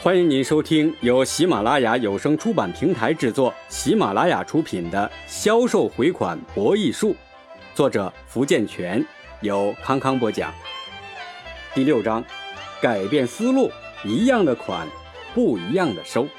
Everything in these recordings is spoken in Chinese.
欢迎您收听由喜马拉雅有声出版平台制作、喜马拉雅出品的《销售回款博弈术》，作者福建泉，由康康播讲。第6章，改变思路，一样的款，不一样的收。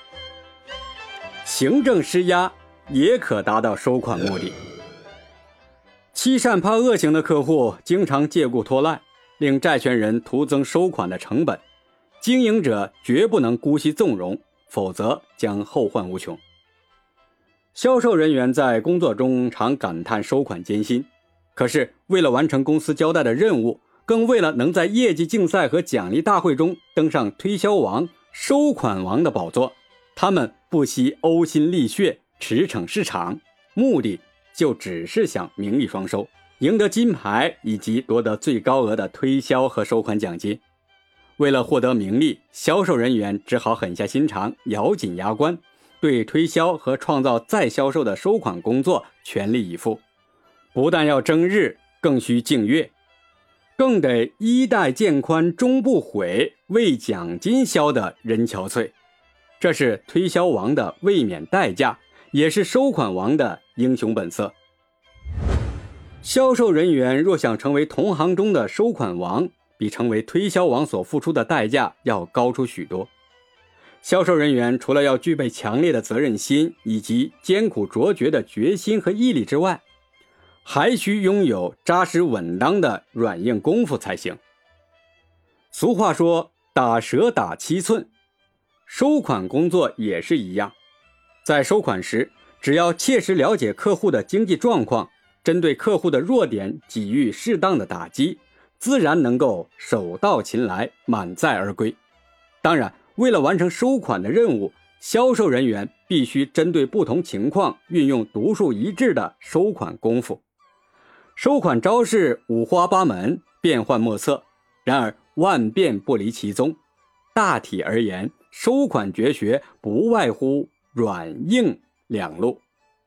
行政施压也可达到收款目的。欺善怕恶型的客户经常借故拖赖，令债权人徒增收款的成本。经营者绝不能姑息纵容，否则将后患无穷。销售人员在工作中常感叹收款艰辛，可是为了完成公司交代的任务，更为了能在业绩竞赛和奖励大会中登上推销王、收款王的宝座，他们不惜呕心沥血，驰骋市场，目的就只是想名利双收，赢得金牌以及夺得最高额的推销和收款奖金。为了获得名利，销售人员只好狠下心肠，咬紧牙关，对推销和创造再销售的收款工作全力以赴。不但要争日，更需敬月，更得衣带渐宽终不悔，为奖金销得人憔悴。这是推销王的未免代价，也是收款王的英雄本色。销售人员若想成为同行中的收款王，比成为推销王所付出的代价要高出许多。销售人员除了要具备强烈的责任心以及艰苦卓绝的决心和毅力之外，还需拥有扎实稳当的软硬功夫才行。俗话说打蛇打7寸，收款工作也是一样。在收款时，只要切实了解客户的经济状况，针对客户的弱点给予适当的打击，自然能够手到擒来，满载而归。当然，为了完成收款的任务，销售人员必须针对不同情况运用独树一帜的收款功夫。收款招式五花八门，变幻莫测，然而万变不离其宗。大体而言，收款绝学不外乎软硬两路。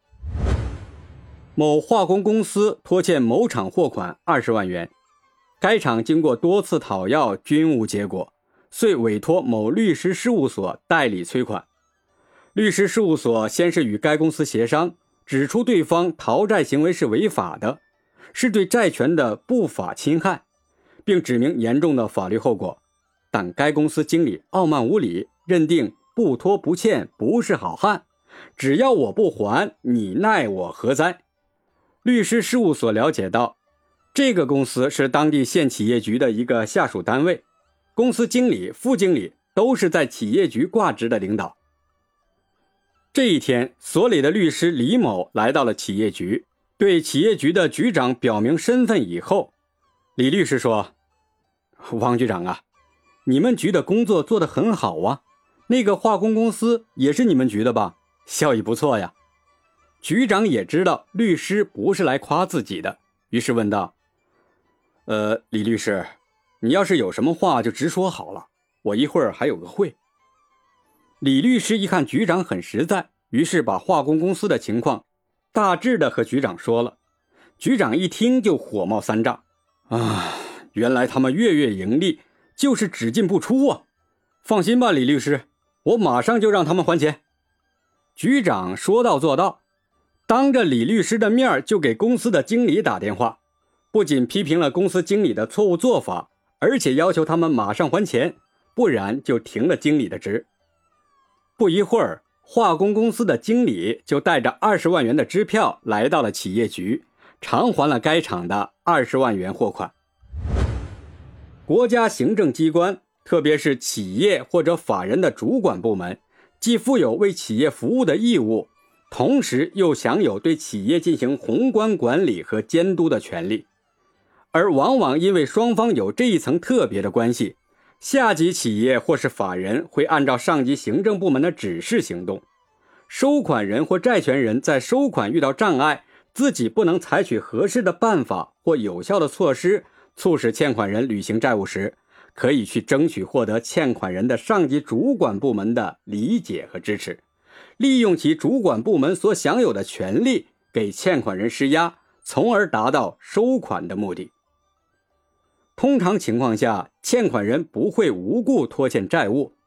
某化工公司拖欠某厂货款20万元，该厂经过多次讨要均无结果，遂委托某律师事务所代理催款。律师事务所先是与该公司协商，指出对方逃债行为是违法的，是对债权的不法侵害，并指明严重的法律后果。但该公司经理傲慢无礼，认定不拖不欠不是好汉，只要我不还，你奈我何哉。律师事务所了解到，这个公司是当地县企业局的一个下属单位，公司经理、副经理都是在企业局挂职的领导。这一天，所里的律师李某来到了企业局，对企业局的局长表明身份以后，李律师说：王局长啊，你们局的工作做得很好啊，那个化工公司也是你们局的吧？效益不错呀。局长也知道律师不是来夸自己的，于是问道：李律师，你要是有什么话就直说好了，我一会儿还有个会。李律师一看局长很实在，于是把化工公司的情况大致的和局长说了。局长一听就火冒三丈，原来他们月月盈利就是只进不出啊！放心吧，李律师，我马上就让他们还钱。局长说到做到，当着李律师的面就给公司的经理打电话，不仅批评了公司经理的错误做法，而且要求他们马上还钱，不然就停了经理的职。不一会儿，化工公司的经理就带着20万元的支票来到了企业局，偿还了该厂的20万元货款。国家行政机关，特别是企业或者法人的主管部门，既负有为企业服务的义务，同时又享有对企业进行宏观管理和监督的权利。而往往因为双方有这一层特别的关系，下级企业或是法人会按照上级行政部门的指示行动。收款人或债权人在收款遇到障碍，自己不能采取合适的办法或有效的措施促使欠款人履行债务时，可以去争取获得欠款人的上级主管部门的理解和支持，利用其主管部门所享有的权利给欠款人施压，从而达到收款的目的。通常情况下，欠款人不会无故拖欠债务，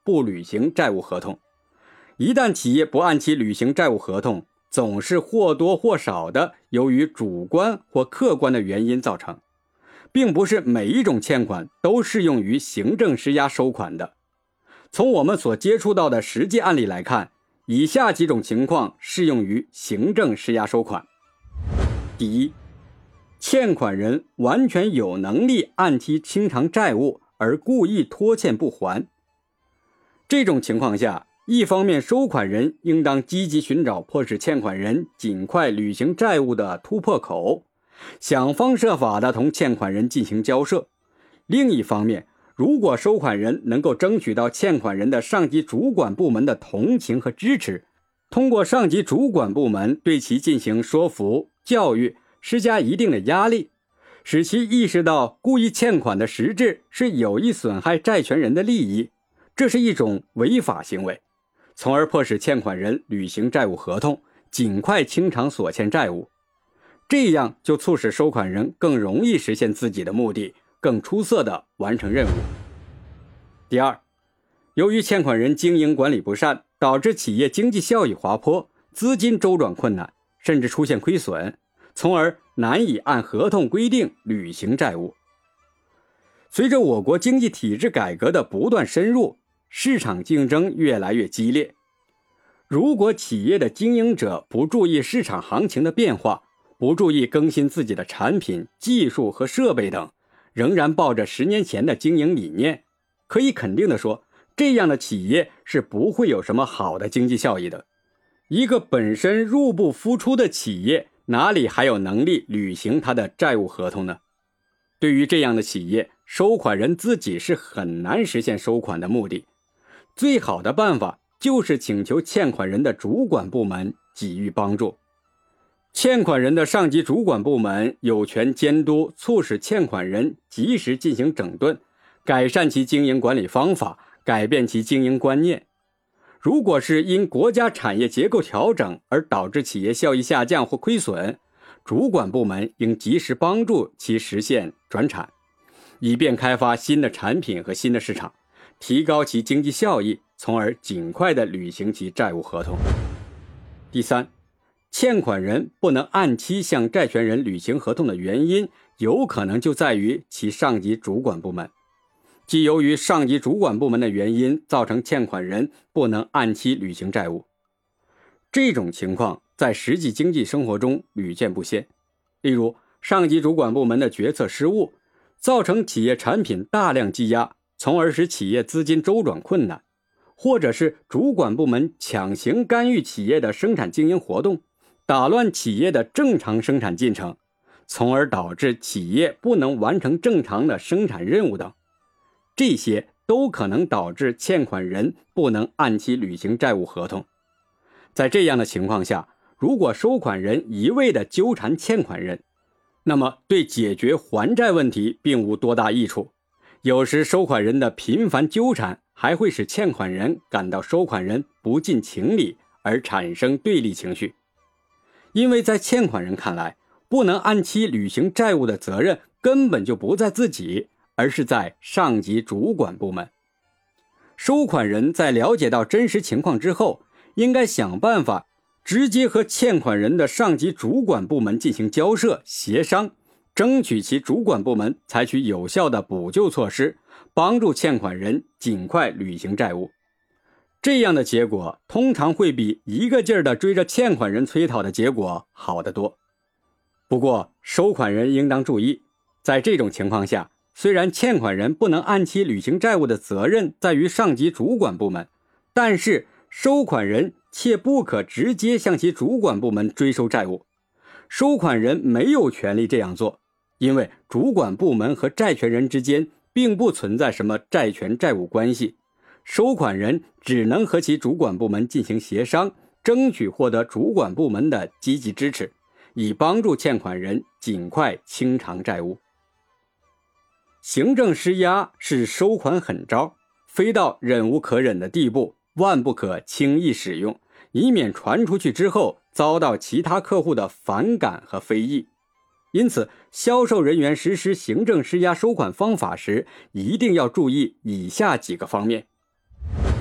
不履行债务合同。一旦企业不按期履行债务合同，总是或多或少的由于主观或客观的原因造成，并不是每一种欠款都适用于行政施压收款的。从我们所接触到的实际案例来看，以下几种情况适用于行政施压收款。第一，欠款人完全有能力按期清偿债务而故意拖欠不还。这种情况下，一方面收款人应当积极寻找迫使欠款人尽快履行债务的突破口，想方设法地同欠款人进行交涉。另一方面，如果收款人能够争取到欠款人的上级主管部门的同情和支持，通过上级主管部门对其进行说服、教育，施加一定的压力，使其意识到故意欠款的实质是有意损害债权人的利益，这是一种违法行为，从而迫使欠款人履行债务合同，尽快清偿所欠债务。这样就促使收款人更容易实现自己的目的，更出色地完成任务。第二，由于欠款人经营管理不善，导致企业经济效益滑坡，资金周转困难，甚至出现亏损，从而难以按合同规定履行债务。随着我国经济体制改革的不断深入，市场竞争越来越激烈。如果企业的经营者不注意市场行情的变化，不注意更新自己的产品、技术和设备等，仍然抱着10年前的经营理念，可以肯定地说，这样的企业是不会有什么好的经济效益的。一个本身入不敷出的企业，哪里还有能力履行他的债务合同呢？对于这样的企业，收款人自己是很难实现收款的目的。最好的办法就是请求欠款人的主管部门给予帮助。欠款人的上级主管部门有权监督，促使欠款人及时进行整顿，改善其经营管理方法，改变其经营观念。如果是因国家产业结构调整而导致企业效益下降或亏损，主管部门应及时帮助其实现转产，以便开发新的产品和新的市场，提高其经济效益，从而尽快地履行其债务合同。第三，欠款人不能按期向债权人履行合同的原因，有可能就在于其上级主管部门，即由于上级主管部门的原因，造成欠款人不能按期履行债务。这种情况在实际经济生活中屡见不鲜。例如，上级主管部门的决策失误，造成企业产品大量积压，从而使企业资金周转困难；或者是主管部门强行干预企业的生产经营活动，打乱企业的正常生产进程，从而导致企业不能完成正常的生产任务等。这些都可能导致欠款人不能按期履行债务合同。在这样的情况下，如果收款人一味地纠缠欠款人，那么对解决还债问题并无多大益处。有时收款人的频繁纠缠还会使欠款人感到收款人不近情理，而产生对立情绪。因为在欠款人看来，不能按期履行债务的责任根本就不在自己，而是在上级主管部门。收款人在了解到真实情况之后，应该想办法直接和欠款人的上级主管部门进行交涉协商，争取其主管部门采取有效的补救措施，帮助欠款人尽快履行债务。这样的结果通常会比一个劲儿地追着欠款人催讨的结果好得多。不过，收款人应当注意，在这种情况下，虽然欠款人不能按期履行债务的责任在于上级主管部门，但是收款人切不可直接向其主管部门追收债务。收款人没有权利这样做，因为主管部门和债权人之间并不存在什么债权债务关系，收款人只能和其主管部门进行协商，争取获得主管部门的积极支持，以帮助欠款人尽快清偿债务。行政施压是收款狠招，非到忍无可忍的地步，万不可轻易使用，以免传出去之后遭到其他客户的反感和非议。因此，销售人员实施行政施压收款方法时，一定要注意以下几个方面。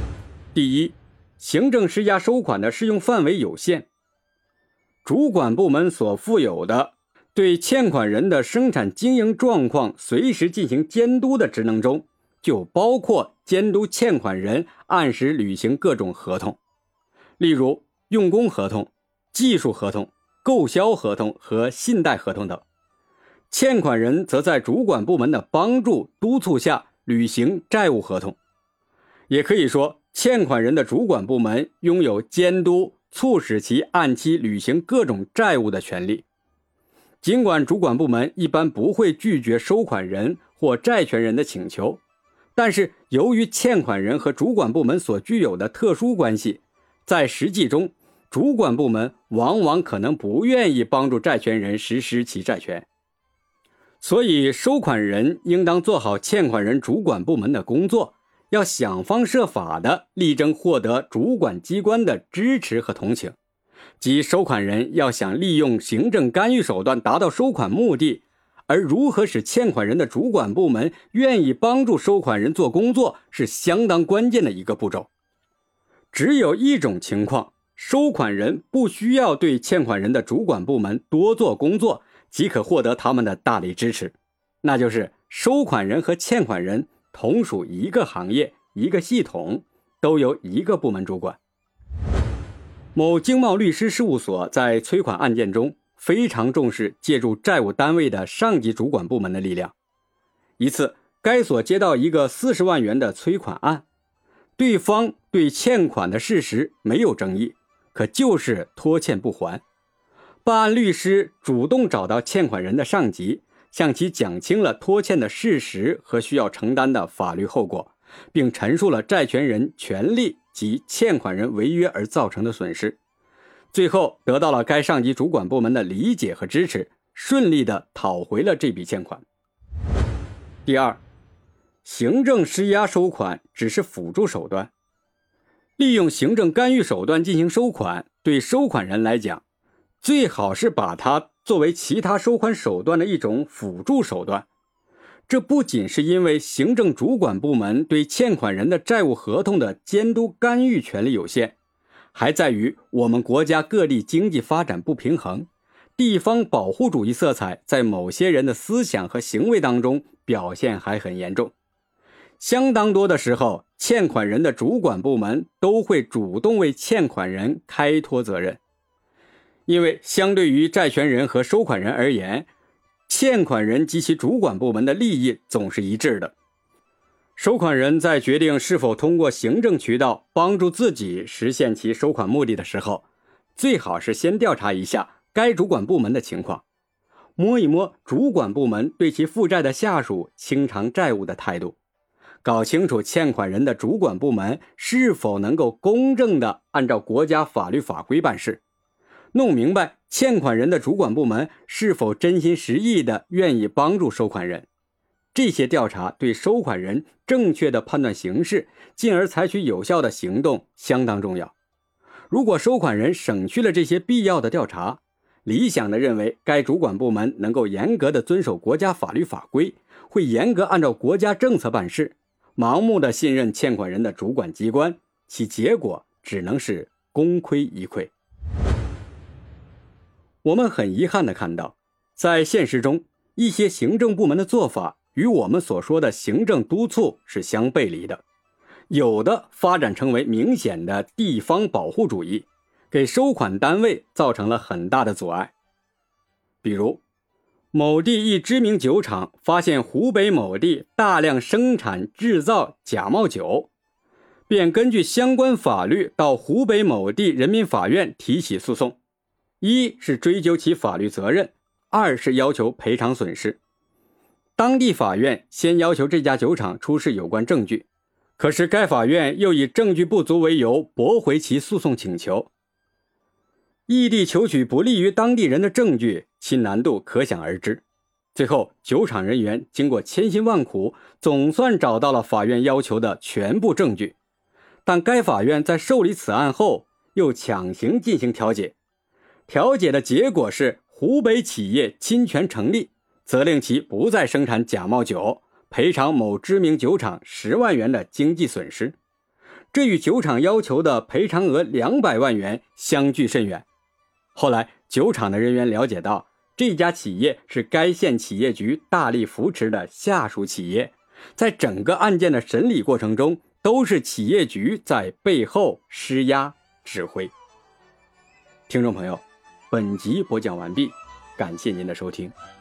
第一，行政施压收款的适用范围有限。主管部门所负有的对欠款人的生产经营状况随时进行监督的职能中，就包括监督欠款人按时履行各种合同，例如用工合同、技术合同、购销合同和信贷合同等。欠款人则在主管部门的帮助督促下履行债务合同。也可以说，欠款人的主管部门拥有监督、促使其按期履行各种债务的权利。尽管主管部门一般不会拒绝收款人或债权人的请求，但是由于欠款人和主管部门所具有的特殊关系，在实际中，主管部门往往可能不愿意帮助债权人实施其债权。所以，收款人应当做好欠款人主管部门的工作，要想方设法地力争获得主管机关的支持和同情，即收款人要想利用行政干预手段达到收款目的，而如何使欠款人的主管部门愿意帮助收款人做工作，是相当关键的一个步骤。只有一种情况，收款人不需要对欠款人的主管部门多做工作，即可获得他们的大力支持，那就是收款人和欠款人同属一个行业、一个系统，都由一个部门主管。某经贸律师事务所在催款案件中非常重视借助债务单位的上级主管部门的力量。一次，该所接到一个40万元的催款案，对方对欠款的事实没有争议，可就是拖欠不还。办案律师主动找到欠款人的上级，向其讲清了拖欠的事实和需要承担的法律后果，并陈述了债权人权利及欠款人违约而造成的损失。最后得到了该上级主管部门的理解和支持，顺利地讨回了这笔欠款。第二，行政施压收款只是辅助手段。利用行政干预手段进行收款，对收款人来讲，最好是把它作为其他收款手段的一种辅助手段。这不仅是因为行政主管部门对欠款人的债务合同的监督干预权力有限，还在于我们国家各地经济发展不平衡，地方保护主义色彩在某些人的思想和行为当中表现还很严重。相当多的时候，欠款人的主管部门都会主动为欠款人开脱责任。因为相对于债权人和收款人而言，欠款人及其主管部门的利益总是一致的。收款人在决定是否通过行政渠道帮助自己实现其收款目的的时候，最好是先调查一下该主管部门的情况，摸一摸主管部门对其负债的下属清偿债务的态度，搞清楚欠款人的主管部门是否能够公正地按照国家法律法规办事，弄明白欠款人的主管部门是否真心实意地愿意帮助收款人。这些调查对收款人正确地判断形势，进而采取有效的行动相当重要。如果收款人省去了这些必要的调查，理想地认为该主管部门能够严格地遵守国家法律法规，会严格按照国家政策办事，盲目地信任欠款人的主管机关，其结果只能是功亏一篑。我们很遗憾地看到，在现实中，一些行政部门的做法与我们所说的行政督促是相背离的，有的发展成为明显的地方保护主义，给收款单位造成了很大的阻碍。比如，某地一知名酒厂发现湖北某地大量生产制造假冒酒，便根据相关法律到湖北某地人民法院提起诉讼，一是追究其法律责任，二是要求赔偿损失。当地法院先要求这家酒厂出示有关证据，可是该法院又以证据不足为由驳回其诉讼请求。异地求取不利于当地人的证据，其难度可想而知。最后，酒厂人员经过千辛万苦，总算找到了法院要求的全部证据，但该法院在受理此案后又强行进行调解。调解的结果是湖北企业侵权成立，责令其不再生产假冒酒，赔偿某知名酒厂10万元的经济损失。 这与酒厂要求的赔偿额200万元相距甚远。后来酒厂的人员了解到，这家企业是该县企业局大力扶持的下属企业，在整个案件的审理过程中，都是企业局在背后施压指挥。听众朋友，本集播讲完毕，感谢您的收听。